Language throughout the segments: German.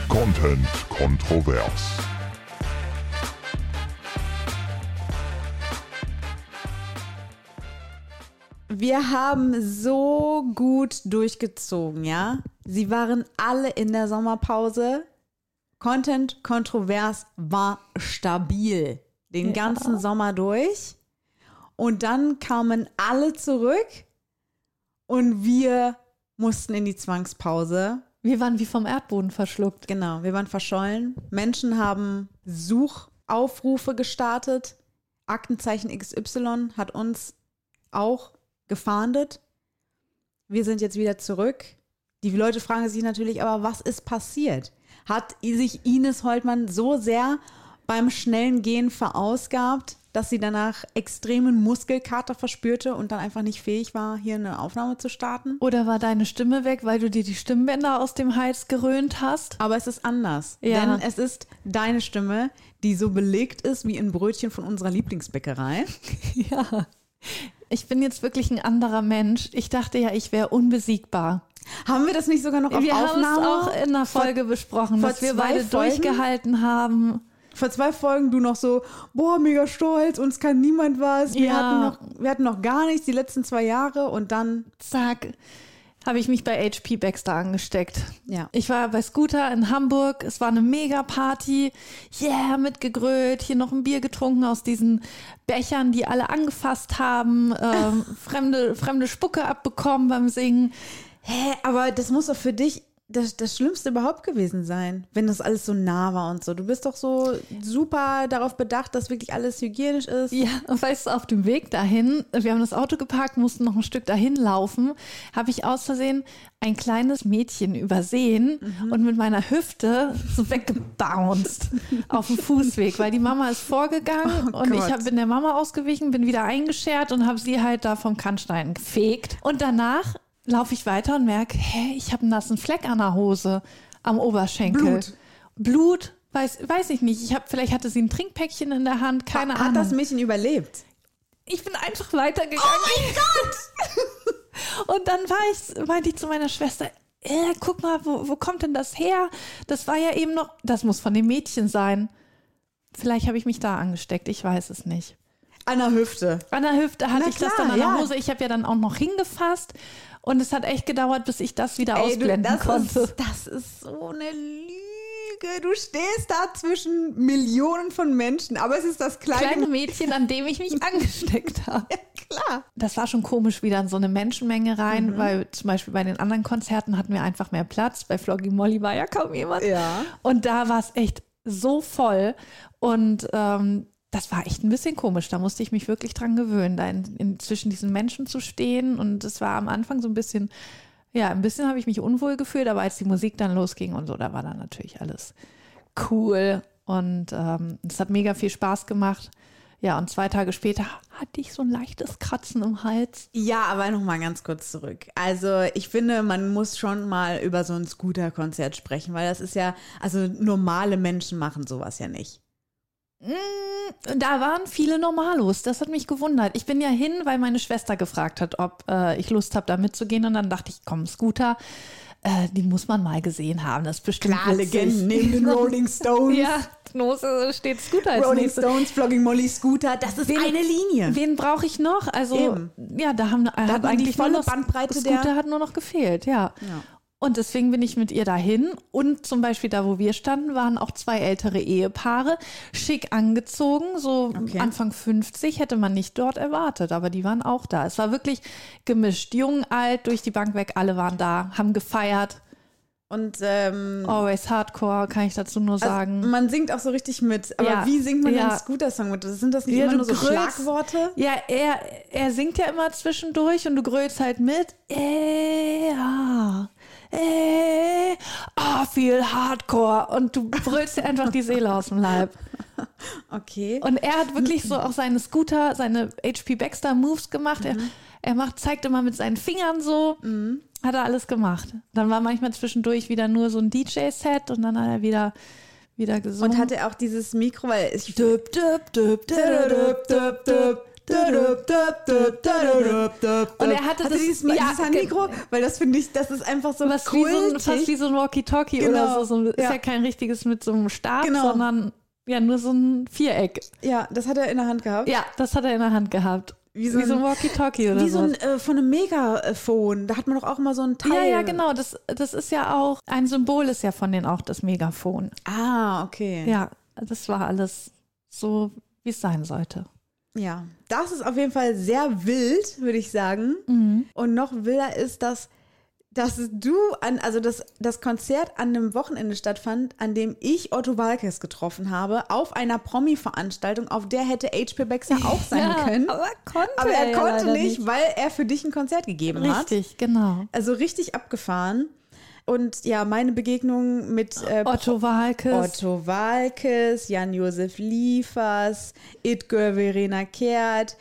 Content kontrovers. Wir haben so gut durchgezogen, ja? Sie waren alle in der Sommerpause. Content kontrovers war stabil den ganzen Sommer durch. Und dann kamen alle zurück und wir mussten in die Zwangspause. Wir waren wie vom Erdboden verschluckt. Genau, wir waren verschollen. Menschen haben Suchaufrufe gestartet. Aktenzeichen XY hat uns auch gefahndet. Wir sind jetzt wieder zurück. Die Leute fragen sich natürlich aber, was ist passiert? Hat sich Ines Holtmann so sehr beim schnellen Gehen verausgabt, dass sie danach extremen Muskelkater verspürte und dann einfach nicht fähig war, hier eine Aufnahme zu starten? Oder war deine Stimme weg, weil du dir die Stimmbänder aus dem Hals gerönt hast? Aber es ist anders, Ja. denn es ist deine Stimme, die so belegt ist wie ein Brötchen von unserer Lieblingsbäckerei. Ja. Ich bin jetzt wirklich ein anderer Mensch. Ich dachte ja, ich wäre unbesiegbar. Haben wir das nicht sogar noch auf Wir haben Aufnahme? es auch in der Folge besprochen, dass wir beide durchgehalten haben. Vor 2 Folgen du noch so, boah, mega stolz, uns kann niemand was. Wir hatten noch gar nichts die letzten 2 Jahre und dann Zack, habe ich mich bei HP Baxter angesteckt. Ja. Ich war bei Scooter in Hamburg, es war eine Mega-Party, mitgegrölt, hier noch ein Bier getrunken aus diesen Bechern, die alle angefasst haben, fremde Spucke abbekommen beim Singen. Hä, aber das muss doch für dich das Schlimmste überhaupt gewesen sein, wenn das alles so nah war und so. Du bist doch so super darauf bedacht, dass wirklich alles hygienisch ist. Ja, und weißt du, auf dem Weg dahin, wir haben das Auto geparkt, mussten noch ein Stück dahin laufen, habe ich aus Versehen ein kleines Mädchen übersehen und mit meiner Hüfte so weggebounced auf dem Fußweg, weil die Mama ist vorgegangen und Gott. ich bin der Mama ausgewichen, bin wieder eingeschert und habe sie halt da vom Kannstein gefegt. Und danach laufe ich weiter und merke, ich habe einen nassen Fleck an der Hose am Oberschenkel. Blut, weiß ich nicht. Vielleicht hatte sie ein Trinkpäckchen in der Hand, keine Ahnung. Hat das Mädchen überlebt? Ich bin einfach weitergegangen. Oh mein Gott! Und dann meinte ich zu meiner Schwester, guck mal, wo kommt denn das her? Das war ja eben noch, das muss von dem Mädchen sein. Vielleicht habe ich mich da angesteckt, ich weiß es nicht. An der Hüfte. An der Hüfte hatte ich das dann an der ja. Hose. Ich habe ja dann auch noch hingefasst und es hat echt gedauert, bis ich das wieder ausblenden konnte. Das ist so eine Lüge. Du stehst da zwischen Millionen von Menschen, aber es ist das Kleine Mädchen, an dem ich mich angesteckt habe. Ja, klar. Das war schon komisch, wieder in so eine Menschenmenge rein, weil zum Beispiel bei den anderen Konzerten hatten wir einfach mehr Platz. Bei Floggy Molly war ja kaum jemand. Ja. Und da war es echt so voll und das war echt ein bisschen komisch. Da musste ich mich wirklich dran gewöhnen, da zwischen diesen Menschen zu stehen. Und es war am Anfang so ein bisschen habe ich mich unwohl gefühlt. Aber als die Musik dann losging und so, da war dann natürlich alles cool. Und es hat mega viel Spaß gemacht. Ja, und 2 Tage später hatte ich so ein leichtes Kratzen im Hals. Ja, aber noch mal ganz kurz zurück. Also ich finde, man muss schon mal über so ein Scooter-Konzert sprechen, weil das ist ja, also normale Menschen machen sowas ja nicht. Da waren viele Normalos, das hat mich gewundert. Ich bin ja hin, weil meine Schwester gefragt hat, ob ich Lust habe, da mitzugehen. Und dann dachte ich, komm, Scooter, die muss man mal gesehen haben. Das ist bestimmt Klar, Legenden neben den Rolling Stones. Ja, steht Scooter als Rolling nächstes. Stones, Flogging Molly, Scooter, das ist eine Linie. Wen brauche ich noch? Also, Eben. ja, da hat man eigentlich die volle nur noch, Bandbreite Scooter hat nur noch gefehlt, ja. Und deswegen bin ich mit ihr dahin. Und zum Beispiel da, wo wir standen, waren auch 2 ältere Ehepaare, schick angezogen, so Anfang 50, hätte man nicht dort erwartet, aber die waren auch da. Es war wirklich gemischt, jung, alt, durch die Bank weg, alle waren da, haben gefeiert. Und Always Hardcore, kann ich dazu nur sagen. Also man singt auch so richtig mit. Aber Ja. wie singt man Ja. einen Scooter-Song mit? Sind das nicht Ja, immer du nur so grölst. Schlagworte? Ja, er singt ja immer zwischendurch und du grölst halt mit. Viel Hardcore. Und du brüllst dir einfach die Seele aus dem Leib. Okay. Und er hat wirklich so auch seine Scooter, seine HP Baxter Moves gemacht. Er zeigt immer mit seinen Fingern so. Hat er alles gemacht. Dann war manchmal zwischendurch wieder nur so ein DJ-Set und dann hat er wieder wieder gesungen. Und hatte auch dieses Mikro, weil ich Und er hatte das dieses Mikro, weil das finde ich, das ist einfach so fast kultig. wie so ein Walkie-Talkie Genau. oder so. Ist ja kein richtiges mit so einem Stab, Genau. sondern ja nur so ein Viereck. Ja, das hat er in der Hand gehabt. Ja, das hat er in der Hand gehabt. Wie so ein Walkie-Talkie oder Wie so so. ein von einem Megafon. Da hat man doch auch immer so ein Teil. Ja, genau. Das ist ja auch, ein Symbol ist ja von denen auch das Megafon. Ah, okay. Ja, das war alles so, wie es sein sollte. Ja, das ist auf jeden Fall sehr wild, würde ich sagen. Und noch wilder ist, dass das Konzert an einem Wochenende stattfand, an dem ich Otto Waalkes getroffen habe, auf einer Promi-Veranstaltung, auf der hätte H.P. Baxter auch sein können. Aber Aber er ja konnte leider nicht, weil er für dich ein Konzert gegeben hat. Richtig, genau. Also richtig abgefahren. Und ja, meine Begegnung mit Otto Waalkes, Jan-Josef Liefers, It-Girl Verena Kehrt,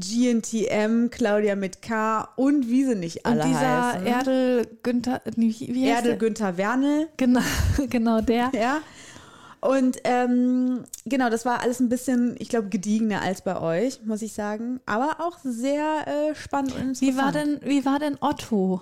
GNTM, Claudia mit K und wie sie nicht alle Und dieser heißen. Erdel Günther, wie heißt Erdel der? Günther Wernl. Genau der. Ja. Und genau, das war alles ein bisschen, ich glaube, gediegener als bei euch, muss ich sagen. Aber auch sehr spannend und interessant. Wie war denn Otto?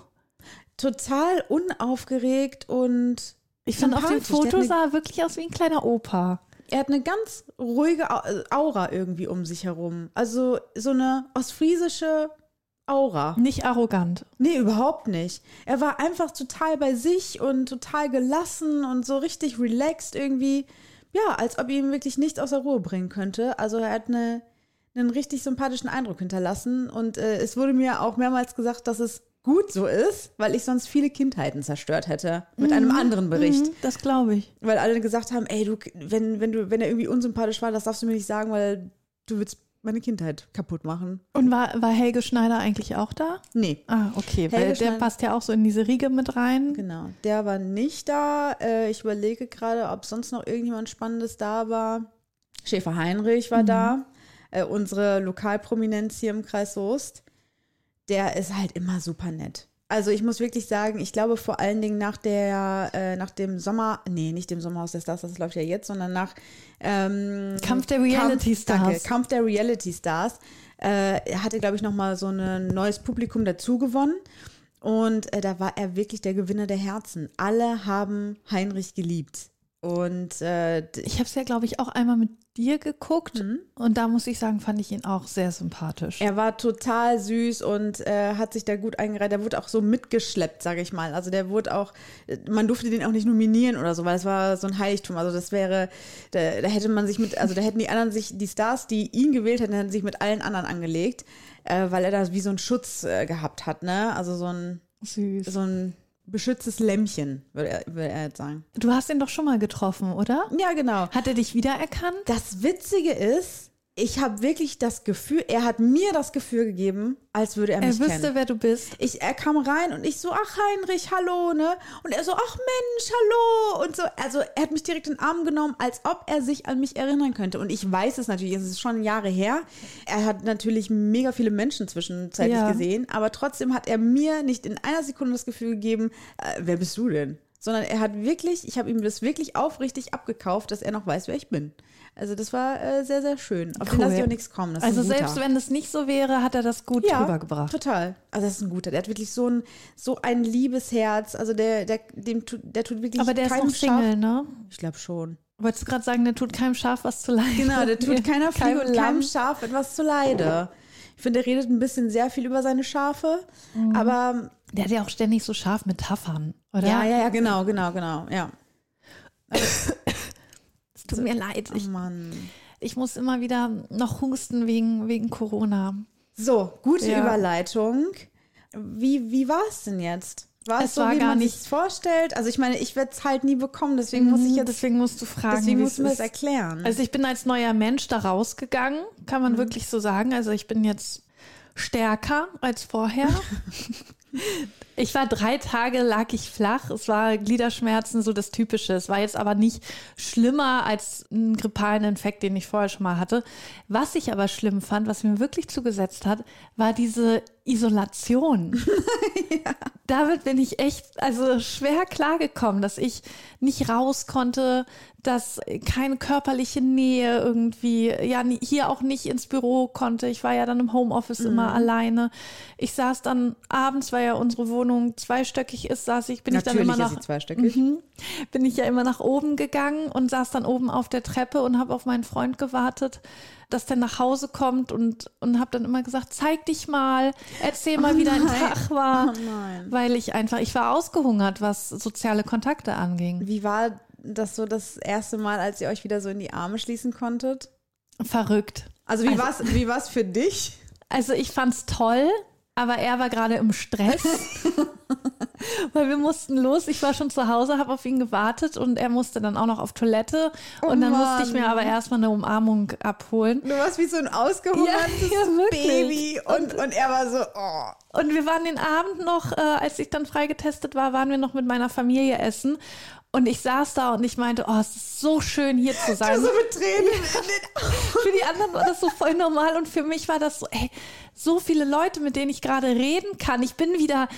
Total unaufgeregt und Ich fand auf dem Foto sah er wirklich aus wie ein kleiner Opa. Er hat eine ganz ruhige Aura irgendwie um sich herum. Also so eine ostfriesische Aura. Nicht arrogant. Nee, überhaupt nicht. Er war einfach total bei sich und total gelassen und so richtig relaxed irgendwie. Ja, als ob ihm wirklich nichts aus der Ruhe bringen könnte. Also er hat einen richtig sympathischen Eindruck hinterlassen. Und es wurde mir auch mehrmals gesagt, dass es gut so ist, weil ich sonst viele Kindheiten zerstört hätte mit einem anderen Bericht. Das glaube ich. Weil alle gesagt haben, ey, wenn er irgendwie unsympathisch war, das darfst du mir nicht sagen, weil du willst meine Kindheit kaputt machen. Und war Helge Schneider eigentlich auch da? Nee. Ah, okay, weil Helge der Schneider- passt ja auch so in diese Riege mit rein. Genau, der war nicht da. Ich überlege gerade, ob sonst noch irgendjemand Spannendes da war. Schäfer Heinrich war da. Unsere Lokalprominenz hier im Kreis Soest. Der ist halt immer super nett. Also ich muss wirklich sagen, ich glaube vor allen Dingen nach dem nicht dem Sommerhaus der Stars, das läuft ja jetzt, sondern nach Kampf der Reality Stars. Kampf der Reality Stars. Er hatte, glaube ich, nochmal so ein neues Publikum dazu gewonnen. Und da war er wirklich der Gewinner der Herzen. Alle haben Heinrich geliebt. Und Ich habe es ja, glaube ich, auch einmal mit dir geguckt. Und da muss ich sagen, fand ich ihn auch sehr sympathisch. er war total süß und hat sich da gut eingereiht. Er wurde auch so mitgeschleppt, sage ich mal. Also der wurde auch, man durfte den auch nicht nominieren oder so, weil es war so ein Heiligtum. Also das wäre, da hätte man sich da hätten die anderen die Stars, die ihn gewählt hätten sich mit allen anderen angelegt, weil er da wie so einen Schutz gehabt hat, ne? Also so ein beschütztes Lämmchen, würde er jetzt sagen. Du hast ihn doch schon mal getroffen, oder? Ja, genau. Hat er dich wiedererkannt? Das Witzige ist, ich habe wirklich das Gefühl, er hat mir das Gefühl gegeben, als würde er mich Er wüsste, kennen. wer du bist. Er kam rein und ich so, ach Heinrich, hallo, ne? Und er so, ach Mensch, hallo. Und so, also er hat mich direkt in den Arm genommen, als ob er sich an mich erinnern könnte. Und ich weiß es natürlich, es ist schon Jahre her. Er hat natürlich mega viele Menschen zwischenzeitlich gesehen, aber trotzdem hat er mir nicht in einer Sekunde das Gefühl gegeben, wer bist du denn? Sondern er hat wirklich, ich habe ihm das wirklich aufrichtig abgekauft, dass er noch weiß, wer ich bin. Also das war sehr, sehr schön. Auf den lasse ich auch nichts kommen. Das ist Also ein guter. selbst wenn es nicht so wäre, hat er das gut rübergebracht. Total. Also das ist ein guter. Der hat wirklich so ein liebes Herz. Also der tut wirklich Aber der ist keinem noch Single, Schaf. ne? Ich glaube schon. Wolltest du gerade sagen, der tut keinem Schaf was zu leide? Genau, der tut keiner Fliege und Lamm. keinem Schaf etwas zuleide. Ich finde, der redet ein bisschen sehr viel über seine Schafe, aber Der hat ja auch ständig so Schafmetaphern, oder? ja, genau, ja. Es tut mir leid. Oh Mann. Ich muss immer wieder noch husten wegen Corona. So, gute Ja. Überleitung. Wie war es denn jetzt? War es Es so, war wie gar man nicht- sich vorstellt? Also ich meine, ich werde es halt nie bekommen, deswegen muss ich jetzt, Deswegen musst du fragen, deswegen wie musst es du mir das ist. erklären. Also ich bin als neuer Mensch da rausgegangen, kann man wirklich so sagen. Also ich bin jetzt stärker als vorher. Ich war 3 Tage, lag ich flach. Es war Gliederschmerzen, so das Typische. Es war jetzt aber nicht schlimmer als einen grippalen Infekt, den ich vorher schon mal hatte. Was ich aber schlimm fand, was mir wirklich zugesetzt hat, war diese Isolation. Damit bin ich echt schwer klargekommen, dass ich nicht raus konnte, dass keine körperliche Nähe irgendwie, ja, hier auch nicht ins Büro konnte. Ich war ja dann im Homeoffice immer alleine. Ich saß dann abends, weil ja unsere Wohnung zweistöckig ist, bin ich dann immer Natürlich ist sie zweistöckig. bin ich ja immer nach oben gegangen und saß dann oben auf der Treppe und habe auf meinen Freund gewartet, dass der nach Hause kommt und habe dann immer gesagt, zeig dich mal, erzähl mal, wie dein Tag war, weil ich war ausgehungert, was soziale Kontakte anging. Wie war das so das erste Mal, als ihr euch wieder so in die Arme schließen konntet? Verrückt. Also wie war's für dich? Also ich fand's toll, aber er war gerade im Stress, weil wir mussten los. Ich war schon zu Hause, habe auf ihn gewartet und er musste dann auch noch auf Toilette. Und dann musste ich mir aber erstmal eine Umarmung abholen. Du warst wie so ein ausgehungertes Baby und er war so, oh. Und wir waren den Abend noch, als ich dann freigetestet war, waren wir noch mit meiner Familie essen. Und ich saß da und ich meinte, oh, es ist so schön, hier zu sein. Du so mit Tränen in den Augen. Für die anderen war das so voll normal und für mich war das so, ey, so viele Leute, mit denen ich gerade reden kann. Ich bin wieder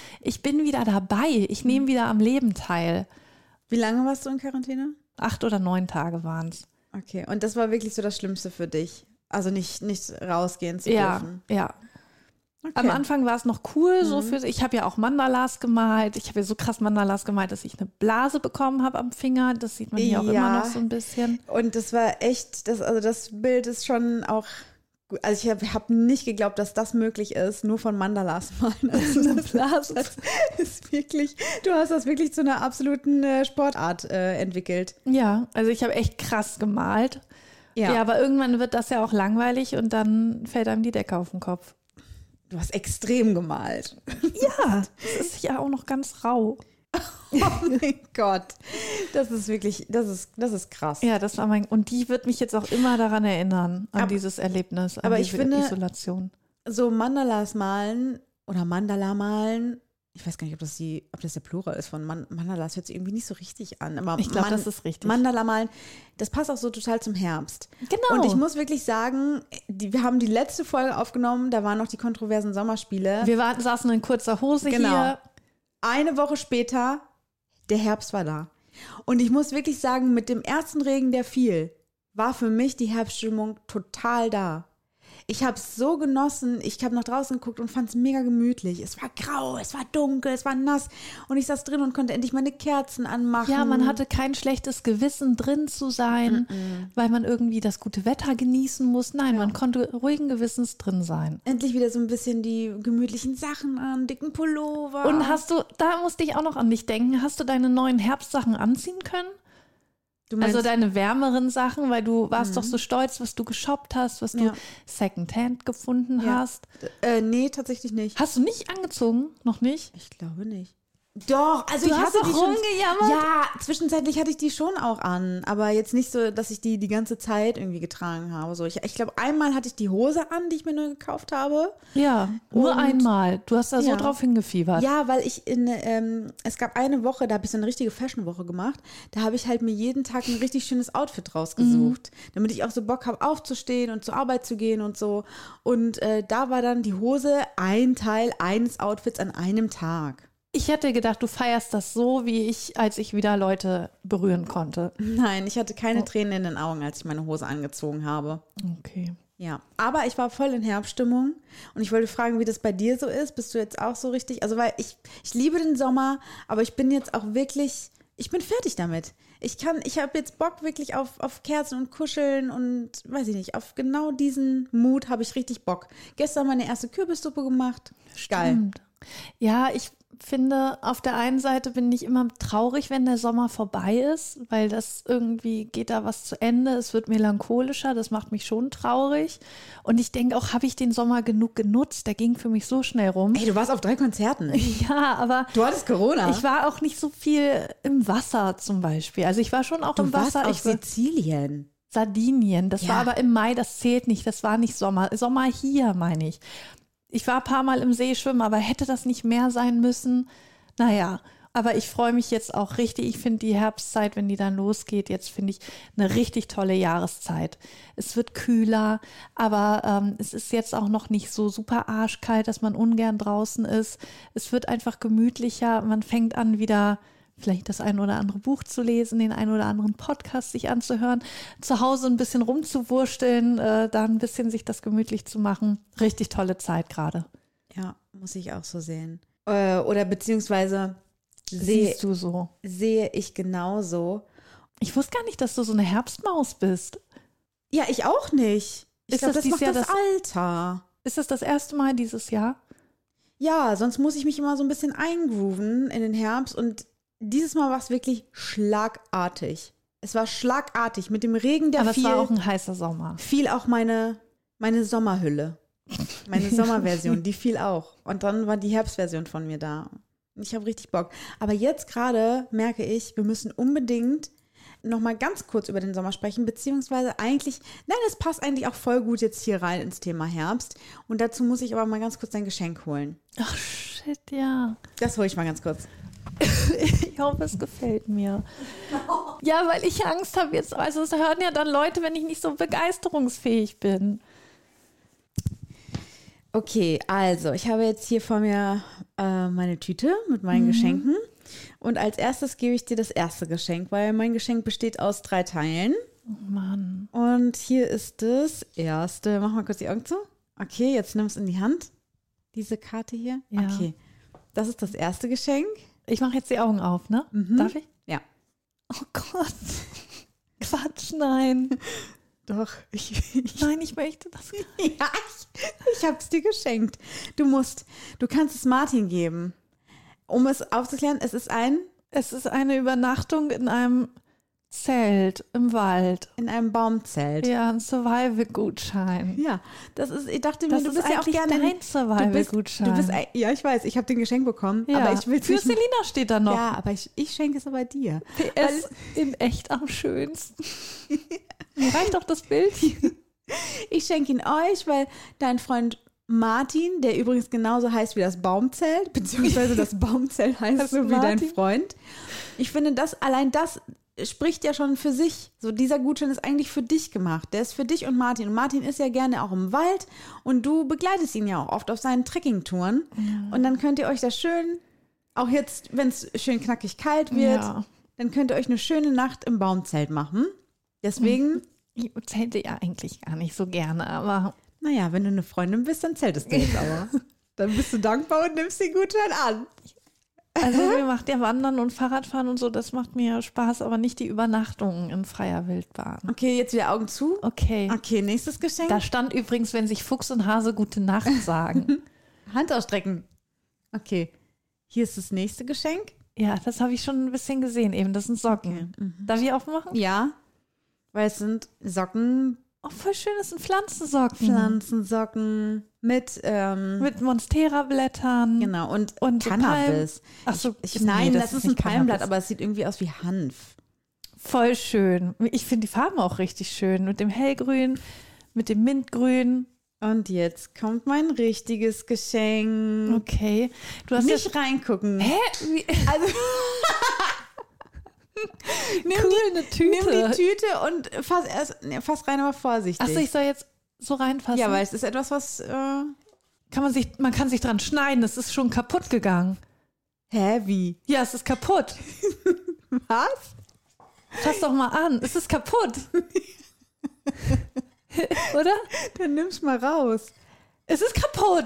dabei. Ich nehme wieder am Leben teil. Wie lange warst du in Quarantäne? 8 oder 9 Tage waren es. Okay, und das war wirklich so das Schlimmste für dich? Also nicht rausgehen zu dürfen? Ja. Okay. Am Anfang war es noch cool, ich habe ja auch Mandalas gemalt. Ich habe ja so krass Mandalas gemalt, dass ich eine Blase bekommen habe am Finger. Das sieht man hier auch immer noch so ein bisschen. Und das war echt, das Bild ist schon auch, also ich hab nicht geglaubt, dass das möglich ist, nur von Mandalas malen. Also eine Blase ist wirklich, du hast das wirklich zu einer absoluten Sportart entwickelt. Ja, also ich habe echt krass gemalt. Ja, aber irgendwann wird das ja auch langweilig und dann fällt einem die Decke auf den Kopf. Du hast extrem gemalt. Ja, das ist ja auch noch ganz rau. Oh mein Gott. Das ist wirklich, das ist krass. Ja, das war und die wird mich jetzt auch immer daran erinnern, an dieses Erlebnis, an aber diese ich finde, Isolation. So Mandalas malen oder Mandala malen, ich weiß gar nicht, ob das der Plural ist von Mandalas, hört sich irgendwie nicht so richtig an. Aber ich glaube, das ist richtig. Mandala malen, das passt auch so total zum Herbst. Genau. Und ich muss wirklich sagen, wir haben die letzte Folge aufgenommen, da waren noch die kontroversen Sommerspiele. Wir saßen in kurzer Hose hier. Eine Woche später, der Herbst war da. Und ich muss wirklich sagen, mit dem ersten Regen, der fiel, war für mich die Herbststimmung total da. Ich habe es so genossen. Ich habe nach draußen geguckt und fand es mega gemütlich. Es war grau, es war dunkel, es war nass. Und ich saß drin und konnte endlich meine Kerzen anmachen. Ja, man hatte kein schlechtes Gewissen, drin zu sein, weil man irgendwie das gute Wetter genießen muss. Nein, man konnte ruhigen Gewissens drin sein. Endlich wieder so ein bisschen die gemütlichen Sachen an, dicken Pullover. Und da musste ich auch noch an dich denken, hast du deine neuen Herbstsachen anziehen können? Also deine wärmeren Sachen, weil du warst doch so stolz, was du geshoppt hast, was du Secondhand gefunden hast. Nee, tatsächlich nicht. Hast du nicht angezogen? Noch nicht? Ich glaube nicht. Doch, also du ich hast hatte doch die schon. rumgejammert. Ja, zwischenzeitlich hatte ich die schon auch an, aber jetzt nicht so, dass ich die ganze Zeit irgendwie getragen habe. So, ich glaube, einmal hatte ich die Hose an, die ich mir neu gekauft habe. Ja, nur einmal. Du hast da so drauf hingefiebert. Ja, weil es gab eine Woche, da habe ich so eine richtige Fashion-Woche gemacht. Da habe ich halt mir jeden Tag ein richtig schönes Outfit rausgesucht, damit ich auch so Bock habe, aufzustehen und zur Arbeit zu gehen und so. Und da war dann die Hose ein Teil eines Outfits an einem Tag. Ich hätte gedacht, du feierst das so, wie ich, als ich wieder Leute berühren konnte. Nein, ich hatte keine Tränen in den Augen, als ich meine Hose angezogen habe. Okay. Ja, aber ich war voll in Herbststimmung und ich wollte fragen, wie das bei dir so ist. Bist du jetzt auch so richtig? Also, weil ich liebe den Sommer, aber ich bin jetzt auch wirklich, ich bin fertig damit. Ich habe jetzt Bock wirklich auf Kerzen und Kuscheln und weiß ich nicht, auf genau diesen Mut habe ich richtig Bock. Gestern meine erste Kürbissuppe gemacht. Geil. Stimmt. Ja, ich finde, auf der einen Seite bin ich immer traurig, wenn der Sommer vorbei ist, weil das irgendwie geht da was zu Ende, es wird melancholischer, das macht mich schon traurig. Und ich denke auch, habe ich den Sommer genug genutzt? Der ging für mich so schnell rum. Ey, du warst auf 3 Konzerten. Ja, aber du hattest Corona. Ich war auch nicht so viel im Wasser zum Beispiel. Also ich war schon auch im Wasser. Du warst auf Sizilien. Sardinien, das war aber im Mai, das zählt nicht, das war nicht Sommer. Sommer hier, meine ich. Ich war ein paar Mal im See schwimmen, aber hätte das nicht mehr sein müssen? Naja, aber ich freue mich jetzt auch richtig. Ich finde die Herbstzeit, wenn die dann losgeht, jetzt finde ich eine richtig tolle Jahreszeit. Es wird kühler, aber es ist jetzt auch noch nicht so super arschkalt, dass man ungern draußen ist. Es wird einfach gemütlicher. Man fängt an, wieder vielleicht das ein oder andere Buch zu lesen, den ein oder anderen Podcast sich anzuhören, zu Hause ein bisschen rumzuwursteln, da ein bisschen sich das gemütlich zu machen. Richtig tolle Zeit gerade. Ja, muss ich auch so sehen. Oder beziehungsweise Siehst du so? sehe ich genauso. Ich wusste gar nicht, dass du so eine Herbstmaus bist. Ja, ich auch nicht. Ich Ist glaube, das das macht dieses Jahr das Alter. Ist das erste Mal dieses Jahr? Ja, sonst muss ich mich immer so ein bisschen eingrooven in den Herbst. Und dieses Mal war es wirklich schlagartig. Es war schlagartig mit dem Regen, der Aber fiel. es war auch ein heißer Sommer. Fiel auch meine Sommerhülle. Meine Sommerversion, die fiel auch. Und dann war die Herbstversion von mir da. Ich habe richtig Bock. Aber jetzt gerade merke ich, wir müssen unbedingt noch mal ganz kurz über den Sommer sprechen, beziehungsweise eigentlich, nein, es passt eigentlich auch voll gut jetzt hier rein ins Thema Herbst. Und dazu muss ich aber mal ganz kurz dein Geschenk holen. Ach shit, ja. Das hole ich mal ganz kurz. Ich hoffe, es gefällt mir. Ja, weil ich Angst habe jetzt. Also es hören ja dann Leute, wenn ich nicht so begeisterungsfähig bin. Okay, also ich habe jetzt hier vor mir meine Tüte mit meinen Geschenken. Und als erstes gebe ich dir das erste Geschenk, weil mein Geschenk besteht aus 3 Teilen. Oh Mann. Und hier ist das erste. Mach mal kurz die Augen zu. Okay, jetzt nimm es in die Hand. Diese Karte hier. Ja. Okay, das ist das erste Geschenk. Ich mache jetzt die Augen auf, ne? Darf ich? Ja. Oh Gott. Quatsch, nein. Doch. Nein, ich möchte das. Ja, ich habe es dir geschenkt. Du kannst es Martin geben. Um es aufzuklären, es ist Es ist eine Übernachtung in einem Zelt im Wald. in einem Baumzelt. Ja, ein Survival-Gutschein. Ja, das ist, ich dachte mir, Das du ist bist ja auch eigentlich gerne dein Survival-Gutschein. Ja, ich weiß, ich habe den Geschenk bekommen, Ja, aber ich will für Selina steht da noch. Ja, aber ich schenke es aber dir. PS in echt am schönsten. Mir reicht doch das Bild hier. Ich schenke ihn euch, weil dein Freund Martin, der übrigens genauso heißt wie das Baumzelt, beziehungsweise das Baumzelt heißt Das so wie dein Martin. Freund. Ich finde, allein das spricht ja schon für sich. So, dieser Gutschein ist eigentlich für dich gemacht. Der ist für dich und Martin. Und Martin ist ja gerne auch im Wald und du begleitest ihn ja auch oft auf seinen Trekkingtouren. Und dann könnt ihr euch das schön, auch jetzt, wenn es schön knackig kalt wird, Ja. dann könnt ihr euch eine schöne Nacht im Baumzelt machen. Deswegen, Ich zelte ja eigentlich gar nicht so gerne, aber naja, wenn du eine Freundin bist, dann zeltest du jetzt aber. Dann bist du dankbar und nimmst den Gutschein an. also mir macht ja Wandern und Fahrradfahren und so, das macht mir Spaß, aber nicht die Übernachtungen in freier Wildbahn. Okay, jetzt wieder Augen zu. Okay. Okay, nächstes Geschenk. Da stand übrigens, wenn sich Fuchs und Hase gute Nacht sagen. Hand ausstrecken. Okay, hier ist das nächste Geschenk. Ja, das habe ich schon ein bisschen gesehen eben. Das sind Socken. Darf ich aufmachen? Ja, weil es sind Socken, Oh, voll schön, das sind Pflanzensocken. Pflanzensocken mit, Mit Monstera-Blättern. genau, und so Cannabis. Ach so, Nein, das ist ein nicht Palmblatt, Cannabis. aber es sieht irgendwie aus wie Hanf. Voll schön. Ich finde die Farben auch richtig schön. Mit dem Hellgrün, mit dem Mintgrün. Und jetzt kommt mein richtiges Geschenk. Okay. Du hast Nicht reingucken. Hä? Wie? Also, Eine Tüte. nimm die Tüte und fass rein, aber vorsichtig. Achso, ich soll jetzt so reinfassen. Ja, weil es ist etwas, was. man kann sich dran schneiden. Es ist schon kaputt gegangen. Hä, wie? Ja, es ist kaputt. Was? Fass doch mal an. Es ist kaputt. Oder? Dann nimm's mal raus. Es ist kaputt.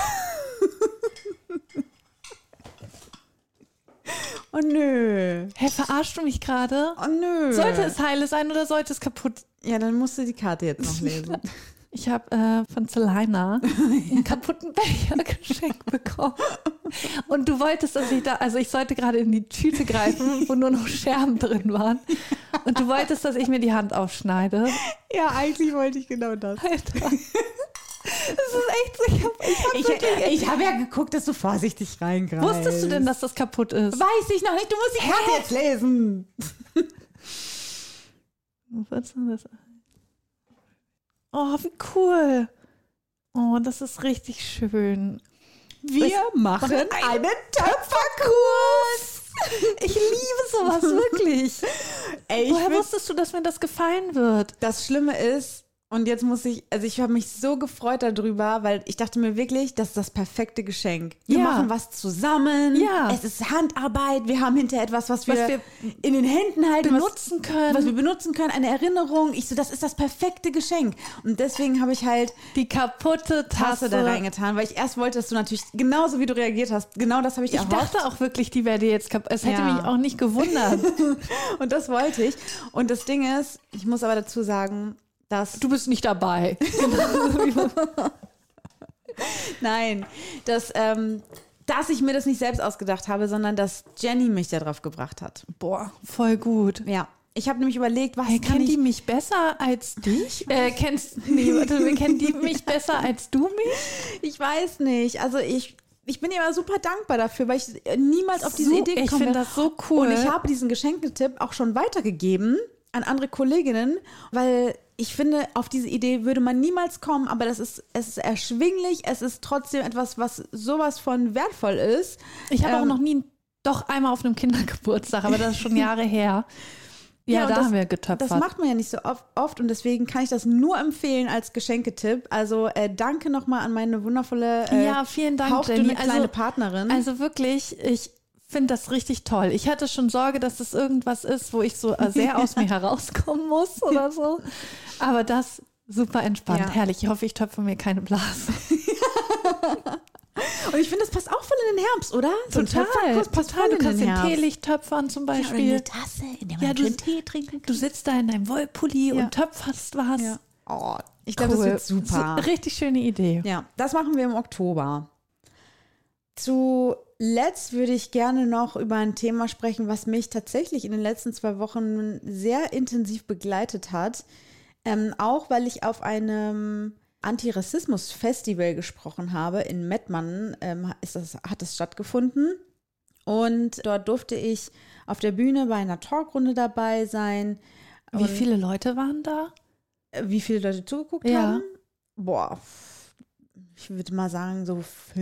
Oh nö. Hä, verarschst du mich gerade? Oh nö. Sollte es heile sein oder sollte es kaputt? Ja, dann musst du die Karte jetzt noch lesen. Ich habe von Selina einen kaputten Becher geschenkt bekommen. Und du wolltest, dass ich sollte gerade in die Tüte greifen, wo nur noch Scherben drin waren. Und du wolltest, dass ich mir die Hand aufschneide. Ja, eigentlich wollte ich genau das. Alter. Das ist echt so. Ich habe ja geguckt, dass du vorsichtig reingreifst. Wusstest du denn, dass das kaputt ist? Weiß ich noch nicht. Du musst die Karte jetzt lesen. Was ist denn das? Oh, wie cool. Oh, das ist richtig schön. Wir machen einen Töpferkurs. Ich liebe sowas wirklich. Ey, Woher wusstest du, dass mir das gefallen wird? das Schlimme ist, Und jetzt ich habe mich so gefreut darüber, weil ich dachte mir wirklich, das ist das perfekte Geschenk. Wir machen was zusammen. Ja. Es ist Handarbeit. Wir haben hinterher etwas, was wir in den Händen halten. benutzen können. Was wir benutzen können, eine Erinnerung. Ich so, das ist das perfekte Geschenk. Und deswegen habe ich halt Die kaputte Tasse da reingetan, weil ich erst wollte, dass du natürlich genauso wie du reagiert hast, genau das habe ich Ich erhofft. dachte auch wirklich, die wäre dir jetzt kaputt. Es hätte Ja. mich auch nicht gewundert. Und das wollte ich. Und das Ding ist, ich muss aber dazu sagen, dass Du bist nicht dabei. Nein, dass ich mir das nicht selbst ausgedacht habe, sondern dass Jenny mich darauf gebracht hat. Boah, voll gut. Ja, ich habe nämlich überlegt, was Hey, kann kennt ich... die mich besser als dich? Kennt die mich besser als du mich? Ich weiß nicht. Also ich bin immer super dankbar dafür, weil ich niemals auf diese Idee Ich gekommen finde wäre. das so cool. Und ich habe diesen Geschenketipp auch schon weitergegeben an andere Kolleginnen, weil ich finde, auf diese Idee würde man niemals kommen, aber es ist erschwinglich, es ist trotzdem etwas, was sowas von wertvoll ist. Ich habe auch noch nie, doch einmal auf einem Kindergeburtstag, aber das ist schon Jahre her. Ja, und da das, haben wir getöpfert. Das macht man ja nicht so oft und deswegen kann ich das nur empfehlen als Geschenketipp. Also danke nochmal an meine wundervolle, ja, vielen Dank, hauchdünne Jenny. kleine Partnerin. Also wirklich, ich finde das richtig toll. Ich hatte schon Sorge, dass das irgendwas ist, wo ich so sehr aus mir herauskommen muss oder so. Aber das super entspannt. Ja. Herrlich. Ich hoffe, ich töpfe mir keine Blase. Und ich finde, das passt auch voll in den Herbst, oder? So ein Total. Töpferkurs passt voll Du in kannst den den Herbst. Teelicht töpfern zum Ja, oder Beispiel. eine Tasse, in der man Ja, du- schön Tee trinken Du sitzt da in deinem Wollpulli Ja. und töpferst was. Ja. Oh, ich glaube, das wird super. Richtig schöne Idee. Ja, das machen wir im Oktober. Zuletzt würde ich gerne noch über ein Thema sprechen, was mich tatsächlich in den letzten 2 Wochen sehr intensiv begleitet hat. Auch weil ich auf einem Antirassismus-Festival gesprochen habe in Mettmann, hat es stattgefunden. Und dort durfte ich auf der Bühne bei einer Talkrunde dabei sein. Wie Und viele Leute waren da? wie viele Leute zugeguckt Ja. haben? Boah, ich würde mal sagen so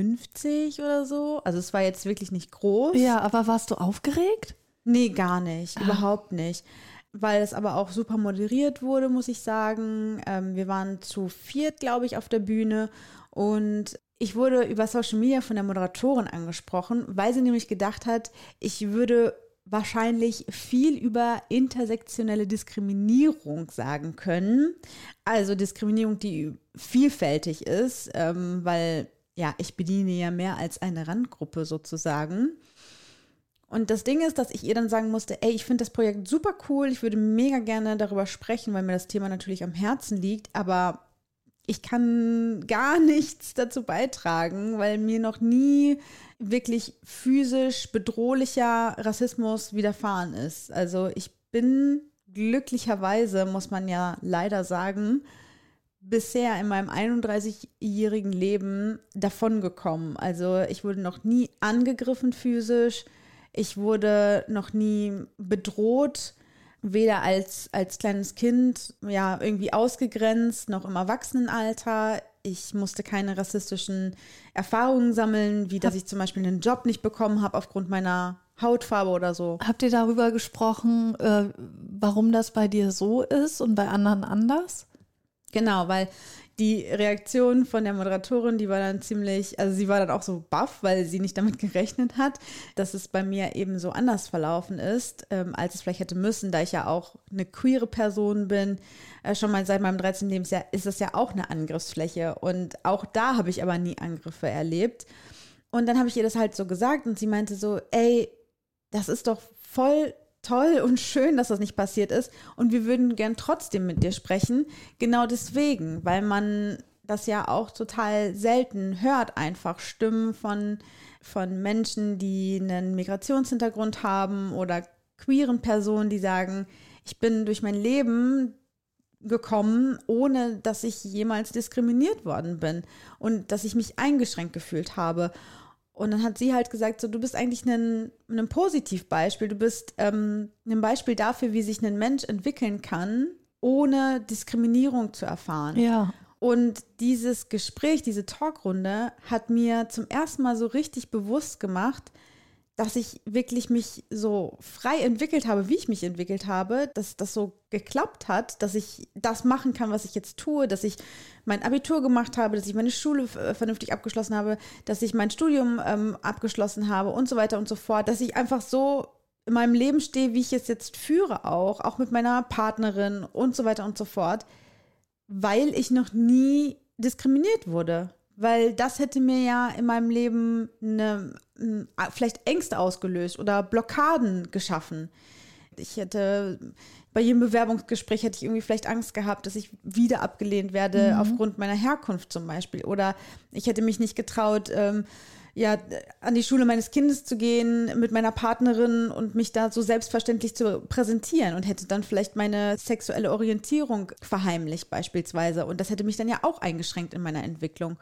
50 oder so. Also es war jetzt wirklich nicht groß. Ja, aber warst du aufgeregt? Nee, gar nicht, überhaupt nicht. Weil es aber auch super moderiert wurde, muss ich sagen. Wir waren zu 4, glaube ich, auf der Bühne und ich wurde über Social Media von der Moderatorin angesprochen, weil sie nämlich gedacht hat, ich würde wahrscheinlich viel über intersektionelle Diskriminierung sagen können. Also Diskriminierung, die vielfältig ist, weil ja, ich bediene ja mehr als eine Randgruppe sozusagen. Und das Ding ist, dass ich ihr dann sagen musste, ey, ich finde das Projekt super cool, ich würde mega gerne darüber sprechen, weil mir das Thema natürlich am Herzen liegt, aber ich kann gar nichts dazu beitragen, weil mir noch nie wirklich physisch bedrohlicher Rassismus widerfahren ist. Also ich bin glücklicherweise, muss man ja leider sagen, bisher in meinem 31-jährigen Leben davongekommen. Also ich wurde noch nie angegriffen physisch, ich wurde noch nie bedroht, weder als kleines Kind, ja, irgendwie ausgegrenzt, noch im Erwachsenenalter. Ich musste keine rassistischen Erfahrungen sammeln, wie dass ich zum Beispiel einen Job nicht bekommen habe aufgrund meiner Hautfarbe oder so. Habt ihr darüber gesprochen, warum das bei dir so ist und bei anderen anders? Genau, weil die Reaktion von der Moderatorin, die war dann ziemlich, also sie war dann auch so baff, weil sie nicht damit gerechnet hat, dass es bei mir eben so anders verlaufen ist, als es vielleicht hätte müssen, da ich ja auch eine queere Person bin. Schon mal seit meinem 13. Lebensjahr ist es ja auch eine Angriffsfläche und auch da habe ich aber nie Angriffe erlebt. Und dann habe ich ihr das halt so gesagt und sie meinte so, ey, das ist doch voll toll und schön, dass das nicht passiert ist und wir würden gern trotzdem mit dir sprechen, genau deswegen, weil man das ja auch total selten hört, einfach Stimmen von Menschen, die einen Migrationshintergrund haben oder queeren Personen, die sagen, ich bin durch mein Leben gekommen, ohne dass ich jemals diskriminiert worden bin und dass ich mich eingeschränkt gefühlt habe. Und dann hat sie halt gesagt, so, du bist eigentlich ein Positivbeispiel, du bist ein Beispiel dafür, wie sich ein Mensch entwickeln kann, ohne Diskriminierung zu erfahren. Ja. Und dieses Gespräch, diese Talkrunde hat mir zum ersten Mal so richtig bewusst gemacht, dass ich wirklich mich so frei entwickelt habe, wie ich mich entwickelt habe, dass das so geklappt hat, dass ich das machen kann, was ich jetzt tue, dass ich mein Abitur gemacht habe, dass ich meine Schule vernünftig abgeschlossen habe, dass ich mein Studium abgeschlossen habe und so weiter und so fort, dass ich einfach so in meinem Leben stehe, wie ich es jetzt führe auch mit meiner Partnerin und so weiter und so fort, weil ich noch nie diskriminiert wurde. Weil das hätte mir ja in meinem Leben vielleicht Ängste ausgelöst oder Blockaden geschaffen. Ich hätte bei jedem Bewerbungsgespräch hätte ich irgendwie vielleicht Angst gehabt, dass ich wieder abgelehnt werde aufgrund meiner Herkunft zum Beispiel. Oder ich hätte mich nicht getraut, an die Schule meines Kindes zu gehen mit meiner Partnerin und mich da so selbstverständlich zu präsentieren und hätte dann vielleicht meine sexuelle Orientierung verheimlicht beispielsweise. Und das hätte mich dann ja auch eingeschränkt in meiner Entwicklung.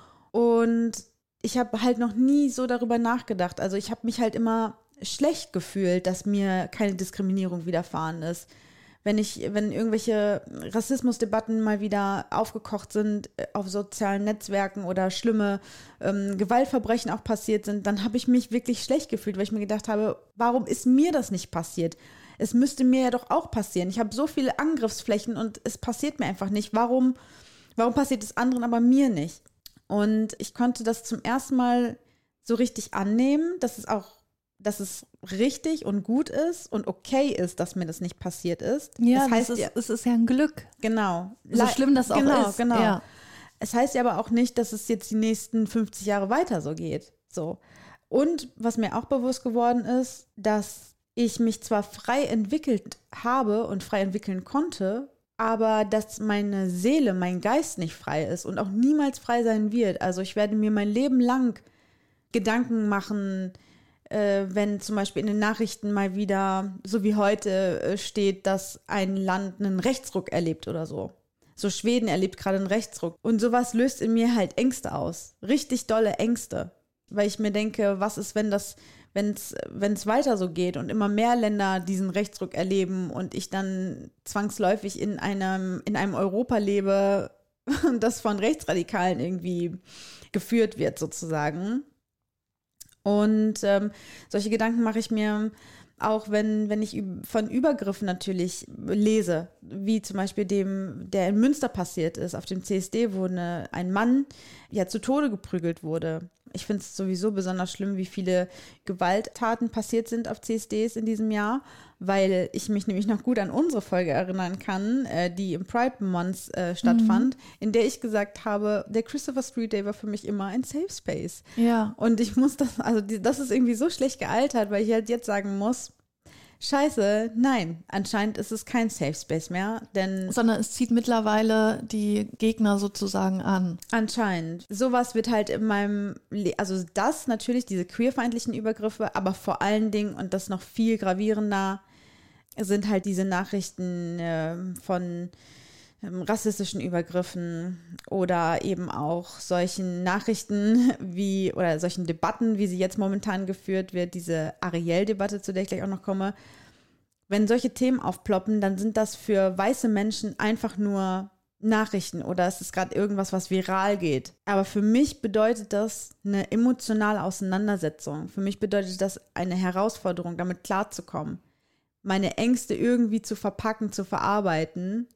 Und ich habe halt noch nie so darüber nachgedacht. Also ich habe mich halt immer schlecht gefühlt, dass mir keine Diskriminierung widerfahren ist. Wenn irgendwelche Rassismusdebatten mal wieder aufgekocht sind auf sozialen Netzwerken oder schlimme Gewaltverbrechen auch passiert sind, dann habe ich mich wirklich schlecht gefühlt, weil ich mir gedacht habe, warum ist mir das nicht passiert? Es müsste mir ja doch auch passieren. Ich habe so viele Angriffsflächen und es passiert mir einfach nicht. Warum passiert es anderen, aber mir nicht? Und ich konnte das zum ersten Mal so richtig annehmen, dass es richtig und gut ist und okay ist, dass mir das nicht passiert ist. Ja, das heißt, es ist ja ein Glück. Genau. So schlimm das auch ist. Genau. Ja. Es heißt ja aber auch nicht, dass es jetzt die nächsten 50 Jahre weiter so geht. So. Und was mir auch bewusst geworden ist, dass ich mich zwar frei entwickelt habe und frei entwickeln konnte, aber dass meine Seele, mein Geist nicht frei ist und auch niemals frei sein wird. Also ich werde mir mein Leben lang Gedanken machen, wenn zum Beispiel in den Nachrichten mal wieder, so wie heute, steht, dass ein Land einen Rechtsruck erlebt oder so. So Schweden erlebt gerade einen Rechtsruck. Und sowas löst in mir halt Ängste aus. Richtig dolle Ängste. Weil ich mir denke, was ist, wenn es weiter so geht und immer mehr Länder diesen Rechtsruck erleben und ich dann zwangsläufig in einem Europa lebe, das von Rechtsradikalen irgendwie geführt wird sozusagen. Und solche Gedanken mache ich mir auch, wenn ich von Übergriffen natürlich lese, wie zum Beispiel der in Münster passiert ist, auf dem CSD, wo ein Mann ja zu Tode geprügelt wurde. Ich finde es sowieso besonders schlimm, wie viele Gewalttaten passiert sind auf CSDs in diesem Jahr, weil ich mich nämlich noch gut an unsere Folge erinnern kann, die im Pride Month stattfand, in der ich gesagt habe, der Christopher Street Day war für mich immer ein Safe Space. Ja. Und ich muss das ist irgendwie so schlecht gealtert, weil ich halt jetzt sagen muss, Scheiße, nein, anscheinend ist es kein Safe Space mehr, sondern es zieht mittlerweile die Gegner sozusagen an. Anscheinend. Sowas wird halt in meinem also das natürlich, diese queerfeindlichen Übergriffe, aber vor allen Dingen, und das noch viel gravierender, sind halt diese Nachrichten von rassistischen Übergriffen oder eben auch solchen Nachrichten oder solchen Debatten, wie sie jetzt momentan geführt wird, diese Ariel-Debatte, zu der ich gleich auch noch komme. Wenn solche Themen aufploppen, dann sind das für weiße Menschen einfach nur Nachrichten oder es ist gerade irgendwas, was viral geht. Aber für mich bedeutet das eine emotionale Auseinandersetzung. Für mich bedeutet das eine Herausforderung, damit klarzukommen. Meine Ängste irgendwie zu verpacken, zu verarbeiten,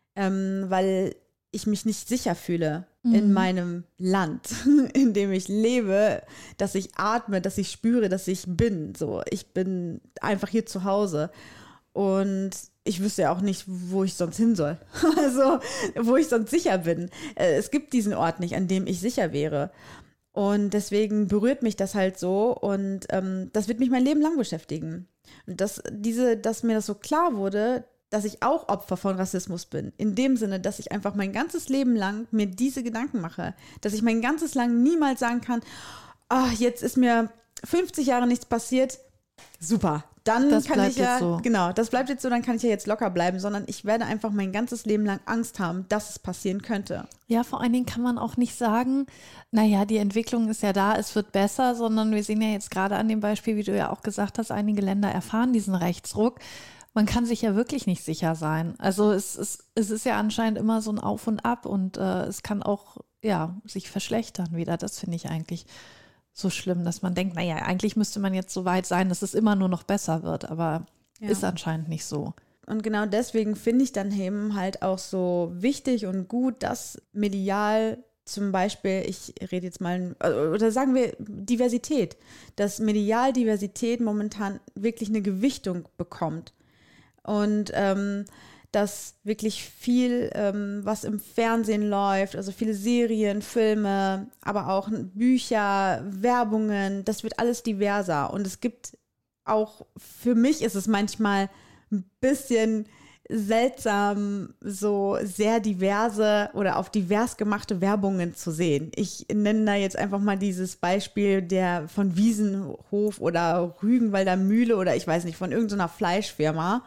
weil ich mich nicht sicher fühle in meinem Land, in dem ich lebe, dass ich atme, dass ich spüre, dass ich bin. So, ich bin einfach hier zu Hause und ich wüsste ja auch nicht, wo ich sonst hin soll. Also, wo ich sonst sicher bin. Es gibt diesen Ort nicht, an dem ich sicher wäre. Und deswegen berührt mich das halt so und das wird mich mein Leben lang beschäftigen. Und dass mir das so klar wurde, dass ich auch Opfer von Rassismus bin. In dem Sinne, dass ich einfach mein ganzes Leben lang mir diese Gedanken mache. Dass ich mein ganzes lang niemals sagen kann, jetzt ist mir 50 Jahre nichts passiert. Super, dann das kann ich ja, so. Genau, das bleibt jetzt so, dann kann ich ja jetzt locker bleiben, sondern ich werde einfach mein ganzes Leben lang Angst haben, dass es passieren könnte. Ja, vor allen Dingen kann man auch nicht sagen, naja, die Entwicklung ist ja da, es wird besser, sondern wir sehen ja jetzt gerade an dem Beispiel, wie du ja auch gesagt hast, einige Länder erfahren diesen Rechtsruck. Man kann sich ja wirklich nicht sicher sein. Also es ist ja anscheinend immer so ein Auf und Ab und es kann auch sich verschlechtern wieder. Das finde ich eigentlich so schlimm, dass man denkt, naja, eigentlich müsste man jetzt so weit sein, dass es immer nur noch besser wird, aber ist anscheinend nicht so. Und genau deswegen finde ich dann eben halt auch so wichtig und gut, dass medial zum Beispiel, ich rede jetzt mal, oder sagen wir Diversität, dass medial Diversität momentan wirklich eine Gewichtung bekommt. Und dass wirklich viel, was im Fernsehen läuft, also viele Serien, Filme, aber auch Bücher, Werbungen, das wird alles diverser. Und es gibt auch, für mich ist es manchmal ein bisschen seltsam, so sehr diverse oder auf divers gemachte Werbungen zu sehen. Ich nenne da jetzt einfach mal dieses Beispiel der von Wiesenhof oder Rügenwalder Mühle oder ich weiß nicht, von irgendeiner Fleischfirma.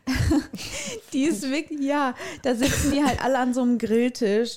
Die ist wirklich, ja, da sitzen die halt alle an so einem Grilltisch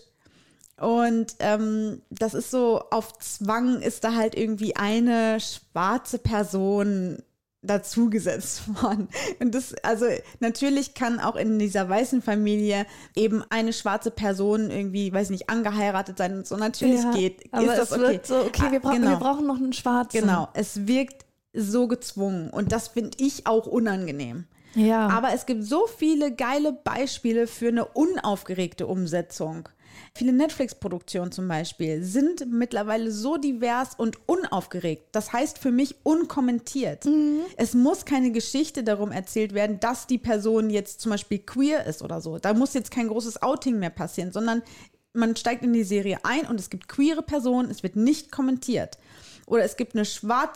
und das ist so, auf Zwang ist da halt irgendwie eine schwarze Person dazugesetzt worden. Und das, also natürlich kann auch in dieser weißen Familie eben eine schwarze Person irgendwie, weiß nicht, angeheiratet sein und so. Natürlich geht. Aber ist das es wird so, okay, wir brauchen noch einen Schwarzen. Genau, es wirkt so gezwungen und das finde ich auch unangenehm. Ja. Aber es gibt so viele geile Beispiele für eine unaufgeregte Umsetzung. Viele Netflix-Produktionen zum Beispiel sind mittlerweile so divers und unaufgeregt. Das heißt für mich unkommentiert. Es muss keine Geschichte darum erzählt werden, dass die Person jetzt zum Beispiel queer ist oder so. Da muss jetzt kein großes Outing mehr passieren, sondern man steigt in die Serie ein und es gibt queere Personen, es wird nicht kommentiert. Oder es gibt eine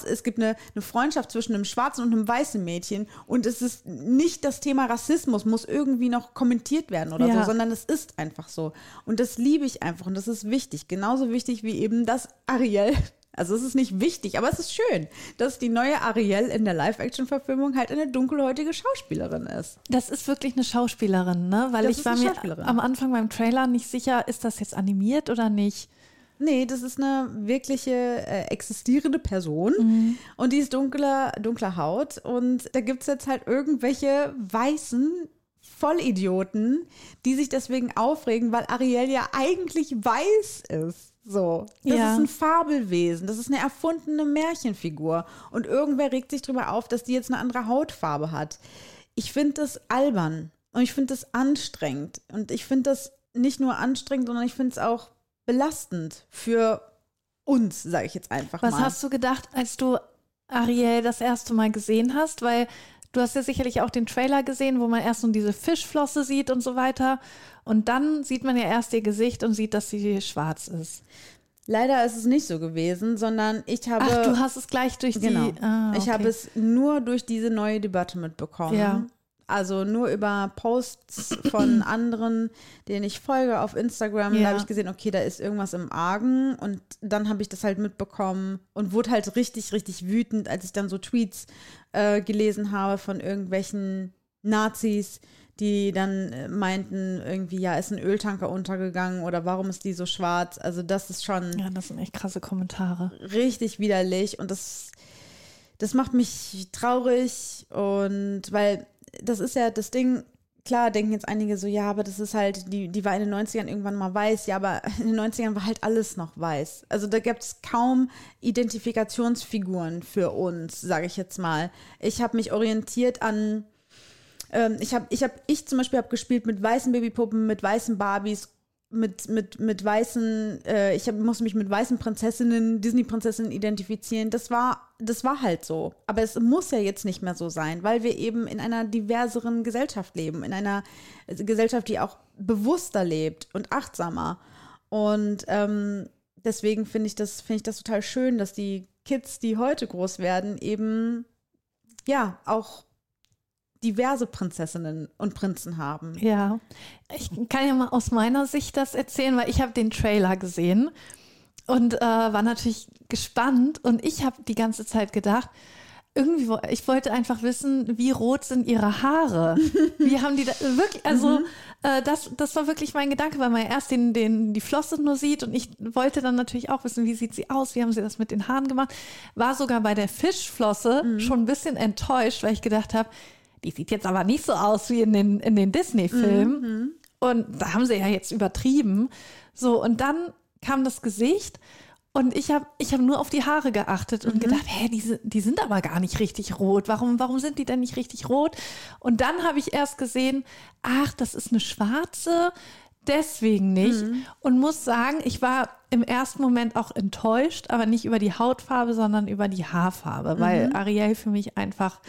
Freundschaft zwischen einem schwarzen und einem weißen Mädchen und es ist nicht das Thema Rassismus, muss irgendwie noch kommentiert werden oder so, sondern es ist einfach so. Und das liebe ich einfach und das ist wichtig. Genauso wichtig wie eben das Ariel. Also es ist nicht wichtig, aber es ist schön, dass die neue Ariel in der Live-Action-Verfilmung halt eine dunkelhäutige Schauspielerin ist. Das ist wirklich eine Schauspielerin, ne? Weil ich war mir am Anfang beim Trailer nicht sicher, ist das jetzt animiert oder nicht? Nee, das ist eine wirkliche existierende Person und die ist dunkler Haut und da gibt es jetzt halt irgendwelche weißen Vollidioten, die sich deswegen aufregen, weil Ariel ja eigentlich weiß ist. So, das ist ein Fabelwesen, das ist eine erfundene Märchenfigur und irgendwer regt sich drüber auf, dass die jetzt eine andere Hautfarbe hat. Ich finde das albern und ich finde das anstrengend und ich finde das nicht nur anstrengend, sondern ich finde es auch belastend für uns, sage ich jetzt einfach mal. Was hast du gedacht, als du Ariel das erste Mal gesehen hast? Weil du hast ja sicherlich auch den Trailer gesehen, wo man erst so diese Fischflosse sieht und so weiter. Und dann sieht man ja erst ihr Gesicht und sieht, dass sie schwarz ist. Leider ist es nicht so gewesen, sondern ich habe... Ach, du hast es gleich durch genau, die... Ah, okay. Ich habe es nur durch diese neue Debatte mitbekommen. Ja. Also nur über Posts von anderen, denen ich folge auf Instagram. Da habe ich gesehen, okay, da ist irgendwas im Argen. Und dann habe ich das halt mitbekommen und wurde halt richtig, richtig wütend, als ich dann so Tweets gelesen habe von irgendwelchen Nazis, die dann meinten, irgendwie, ja, ist ein Öltanker untergegangen oder warum ist die so schwarz? Also das ist schon... Ja, das sind echt krasse Kommentare. Richtig widerlich und das macht mich traurig und weil... Das ist ja das Ding, klar denken jetzt einige so, ja, aber das ist halt, die war in den 90ern irgendwann mal weiß, ja, aber in den 90ern war halt alles noch weiß. Also da gibt es kaum Identifikationsfiguren für uns, sage ich jetzt mal. Ich habe mich orientiert an, ich zum Beispiel habe gespielt mit weißen Babypuppen, mit weißen Barbies, mit weißen, musste mich mit weißen Prinzessinnen, Disney-Prinzessinnen identifizieren. Das war halt so. Aber es muss ja jetzt nicht mehr so sein, weil wir eben in einer diverseren Gesellschaft leben, in einer Gesellschaft, die auch bewusster lebt und achtsamer. Und deswegen finde ich das total schön, dass die Kids, die heute groß werden, eben ja auch diverse Prinzessinnen und Prinzen haben. Ja, ich kann ja mal aus meiner Sicht das erzählen, weil ich habe den Trailer gesehen und war natürlich gespannt und ich habe die ganze Zeit gedacht, irgendwie, ich wollte einfach wissen, wie rot sind ihre Haare? Wie haben die da wirklich, also das war wirklich mein Gedanke, weil man ja erst die Flosse nur sieht und ich wollte dann natürlich auch wissen, wie sieht sie aus, wie haben sie das mit den Haaren gemacht? War sogar bei der Fischflosse schon ein bisschen enttäuscht, weil ich gedacht habe, die sieht jetzt aber nicht so aus wie in den Disney-Filmen. Und da haben sie ja jetzt übertrieben. So, und dann kam das Gesicht Und ich hab nur auf die Haare geachtet und gedacht, die sind aber gar nicht richtig rot. Warum sind die denn nicht richtig rot? Und dann habe ich erst gesehen, ach, das ist eine schwarze, deswegen nicht. Und muss sagen, ich war im ersten Moment auch enttäuscht, aber nicht über die Hautfarbe, sondern über die Haarfarbe, weil Ariel für mich einfach,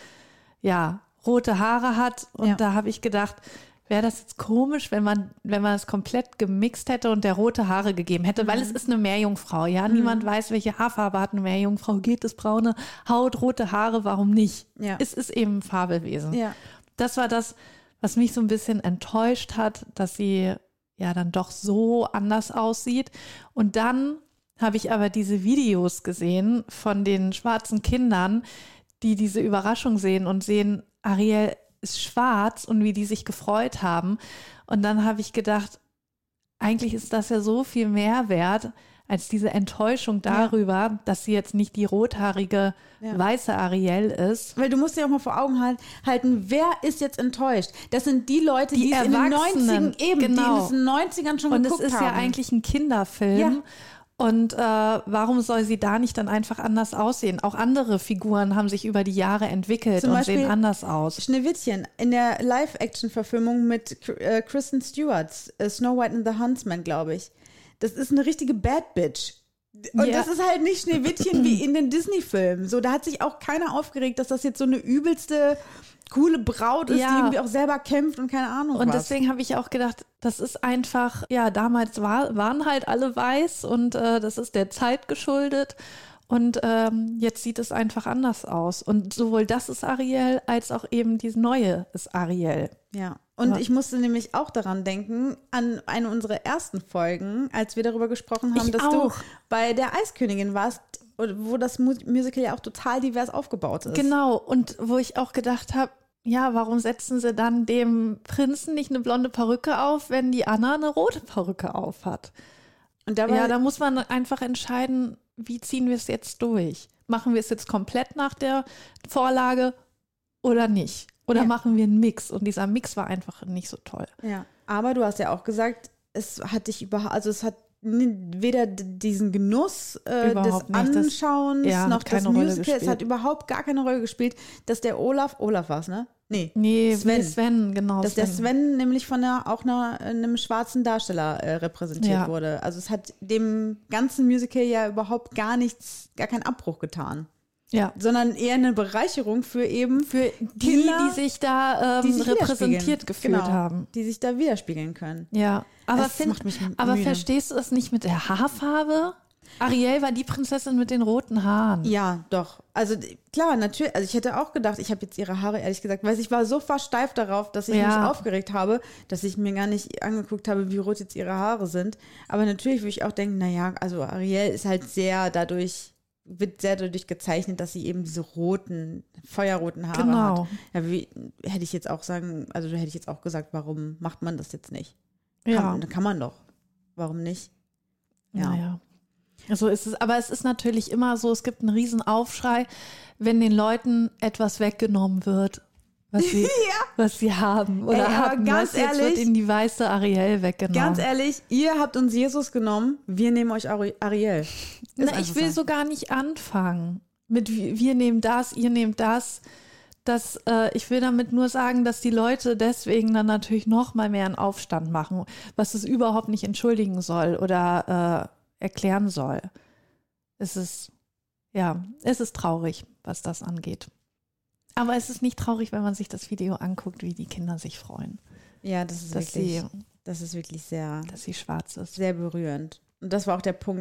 ja, rote Haare hat. Und da habe ich gedacht, wäre das jetzt komisch, wenn man es komplett gemixt hätte und der rote Haare gegeben hätte, weil es ist eine Meerjungfrau, ja. Niemand weiß, welche Haarfarbe hat eine Meerjungfrau. Geht es braune Haut, rote Haare, warum nicht? Ja. Es ist eben ein Fabelwesen. Ja. Das war das, was mich so ein bisschen enttäuscht hat, dass sie ja dann doch so anders aussieht. Und dann habe ich aber diese Videos gesehen von den schwarzen Kindern, die diese Überraschung sehen und sehen, Ariel ist schwarz und wie die sich gefreut haben. Und dann habe ich gedacht, eigentlich ist das ja so viel mehr wert als diese Enttäuschung darüber, dass sie jetzt nicht die rothaarige weiße Ariel ist. Weil du musst dir auch mal vor Augen halten, wer ist jetzt enttäuscht? Das sind die Leute, die es in den Erwachsenen, 90ern die es in den 90ern schon und geguckt haben. Und es ist ja eigentlich ein Kinderfilm. Ja. Und warum soll sie da nicht dann einfach anders aussehen? Auch andere Figuren haben sich über die Jahre entwickelt Zum und Beispiel sehen anders aus. Schneewittchen in der Live-Action-Verfilmung mit Kristen Stewart, Snow White and the Huntsman, glaube ich. Das ist eine richtige Bad Bitch. Und das ist halt nicht Schneewittchen wie in den Disney-Filmen. So, da hat sich auch keiner aufgeregt, dass das jetzt so eine übelste coole Braut ist, die irgendwie auch selber kämpft und keine Ahnung und was. Deswegen habe ich auch gedacht, das ist einfach, ja, damals waren halt alle weiß und das ist der Zeit geschuldet. Und jetzt sieht es einfach anders aus. Und sowohl das ist Ariel, als auch eben die neue ist Ariel. Ja, und ich musste nämlich auch daran denken, an eine unserer ersten Folgen, als wir darüber gesprochen haben, dass du bei der Eiskönigin warst, wo das Musical ja auch total divers aufgebaut ist. Genau, und wo ich auch gedacht habe, ja, warum setzen sie dann dem Prinzen nicht eine blonde Perücke auf, wenn die Anna eine rote Perücke auf hat? Und dabei, da muss man einfach entscheiden, wie ziehen wir es jetzt durch? Machen wir es jetzt komplett nach der Vorlage oder nicht? Oder machen wir einen Mix? Und dieser Mix war einfach nicht so toll. Ja, aber du hast ja auch gesagt, es hat dich es hat weder diesen Genuss des Anschauens noch das Musical, es hat überhaupt gar keine Rolle gespielt, dass der Olaf war es, ne? Nee, Sven, genau. Dass der Sven nämlich von einem schwarzen Darsteller repräsentiert wurde. Also es hat dem ganzen Musical ja überhaupt gar keinen Abbruch getan. Ja. Sondern eher eine Bereicherung für die Kinder, die sich da repräsentiert gefühlt haben. Die sich da widerspiegeln können. Ja, aber müde. Verstehst du das nicht mit der Haarfarbe? Ariel war die Prinzessin mit den roten Haaren. Ja, doch. Also klar, natürlich. Also ich hätte auch gedacht, ich habe jetzt ihre Haare, ehrlich gesagt, weil ich war so versteift darauf, dass ich mich aufgeregt habe, dass ich mir gar nicht angeguckt habe, wie rot jetzt ihre Haare sind. Aber natürlich würde ich auch denken, naja, also Ariel ist halt wird sehr dadurch gezeichnet, dass sie eben diese feuerroten Haare hat. Ja, hätte ich jetzt auch gesagt, warum macht man das jetzt nicht? Kann man doch. Warum nicht? Ja. Naja. So ist es, aber es ist natürlich immer so, es gibt einen riesen Aufschrei, wenn den Leuten etwas weggenommen wird, was sie haben oder hatten. Ganz ehrlich, jetzt wird ihnen die weiße Ariel weggenommen. Ganz ehrlich, ihr habt uns Jesus genommen, wir nehmen euch Ariel. Ich will so gar nicht anfangen mit wir nehmen das, ihr nehmt das. Ich will damit nur sagen, dass die Leute deswegen dann natürlich noch mal mehr einen Aufstand machen, was es überhaupt nicht entschuldigen soll oder erklären soll. Es ist traurig, was das angeht. Aber es ist nicht traurig, wenn man sich das Video anguckt, wie die Kinder sich freuen. Ja, das ist wirklich sehr, dass sie schwarz ist. Sehr berührend. Und das war auch der Punkt,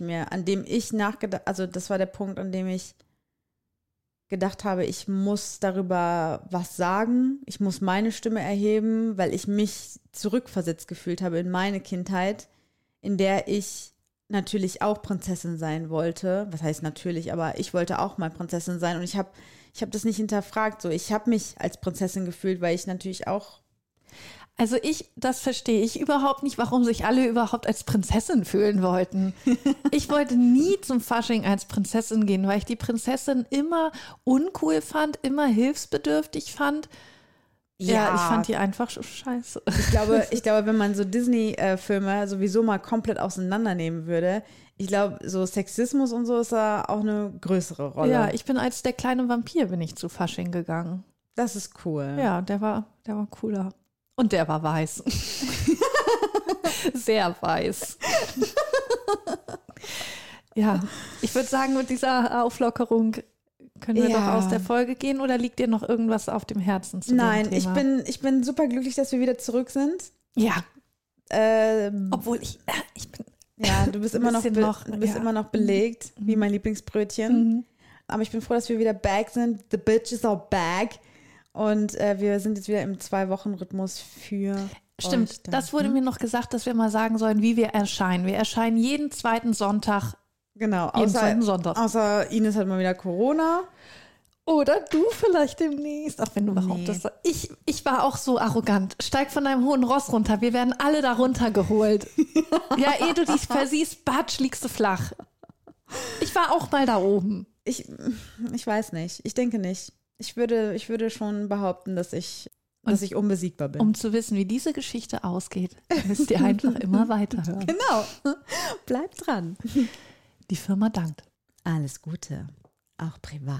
das war der Punkt, an dem ich gedacht habe, ich muss darüber was sagen, ich muss meine Stimme erheben, weil ich mich zurückversetzt gefühlt habe in meine Kindheit, in der ich natürlich auch Prinzessin sein wollte. Was heißt natürlich, aber ich wollte auch mal Prinzessin sein und ich habe das nicht hinterfragt. So, ich habe mich als Prinzessin gefühlt, weil ich natürlich auch. Also das verstehe ich überhaupt nicht, warum sich alle überhaupt als Prinzessin fühlen wollten. Ich wollte nie zum Fasching als Prinzessin gehen, weil ich die Prinzessin immer uncool fand, immer hilfsbedürftig fand. Ja, ich fand die einfach scheiße. Ich glaube, wenn man so Disney-Filme sowieso mal komplett auseinandernehmen würde, ich glaube, so Sexismus und so ist da auch eine größere Rolle. Ja, ich bin als der kleine Vampir bin ich zu Fasching gegangen. Das ist cool. Ja, der war cooler. Und der war weiß. Sehr weiß. Ja, ich würde sagen, mit dieser Auflockerung können wir doch aus der Folge gehen, oder liegt dir noch irgendwas auf dem Herzen zu Nein, dem Thema? ich bin super glücklich, dass wir wieder zurück sind. Ja. Obwohl ich bin. Ja, du bist immer noch belegt, wie mein Lieblingsbrötchen. Aber ich bin froh, dass wir wieder back sind. The bitch is all back. Und wir sind jetzt wieder im 2-Wochen-Rhythmus für Stimmt, euch dann. das wurde mir noch gesagt, dass wir mal sagen sollen, wie wir erscheinen. Wir erscheinen jeden zweiten Sonntag. Genau, Jeden zweiten Sonntag. außer Ines hat mal wieder Corona. Oder du vielleicht demnächst. Auch wenn du behauptest. Ich war auch so arrogant. Steig von deinem hohen Ross runter. Wir werden alle da runtergeholt. Ja, ehe du dich versiehst, batsch, liegst du flach. Ich war auch mal da oben. Ich weiß nicht. Ich denke nicht. Ich würde schon behaupten, dass ich unbesiegbar bin. Um zu wissen, wie diese Geschichte ausgeht, müsst ihr einfach immer weiterhören. Genau. Bleibt dran. Die Firma dankt. Alles Gute, auch privat.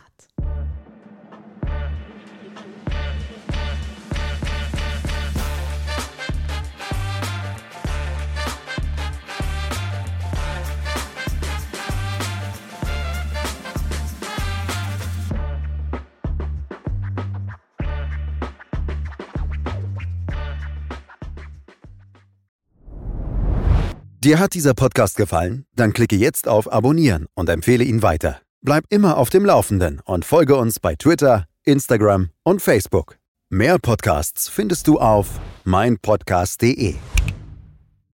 Dir hat dieser Podcast gefallen? Dann klicke jetzt auf Abonnieren und empfehle ihn weiter. Bleib immer auf dem Laufenden und folge uns bei Twitter, Instagram und Facebook. Mehr Podcasts findest du auf meinpodcast.de.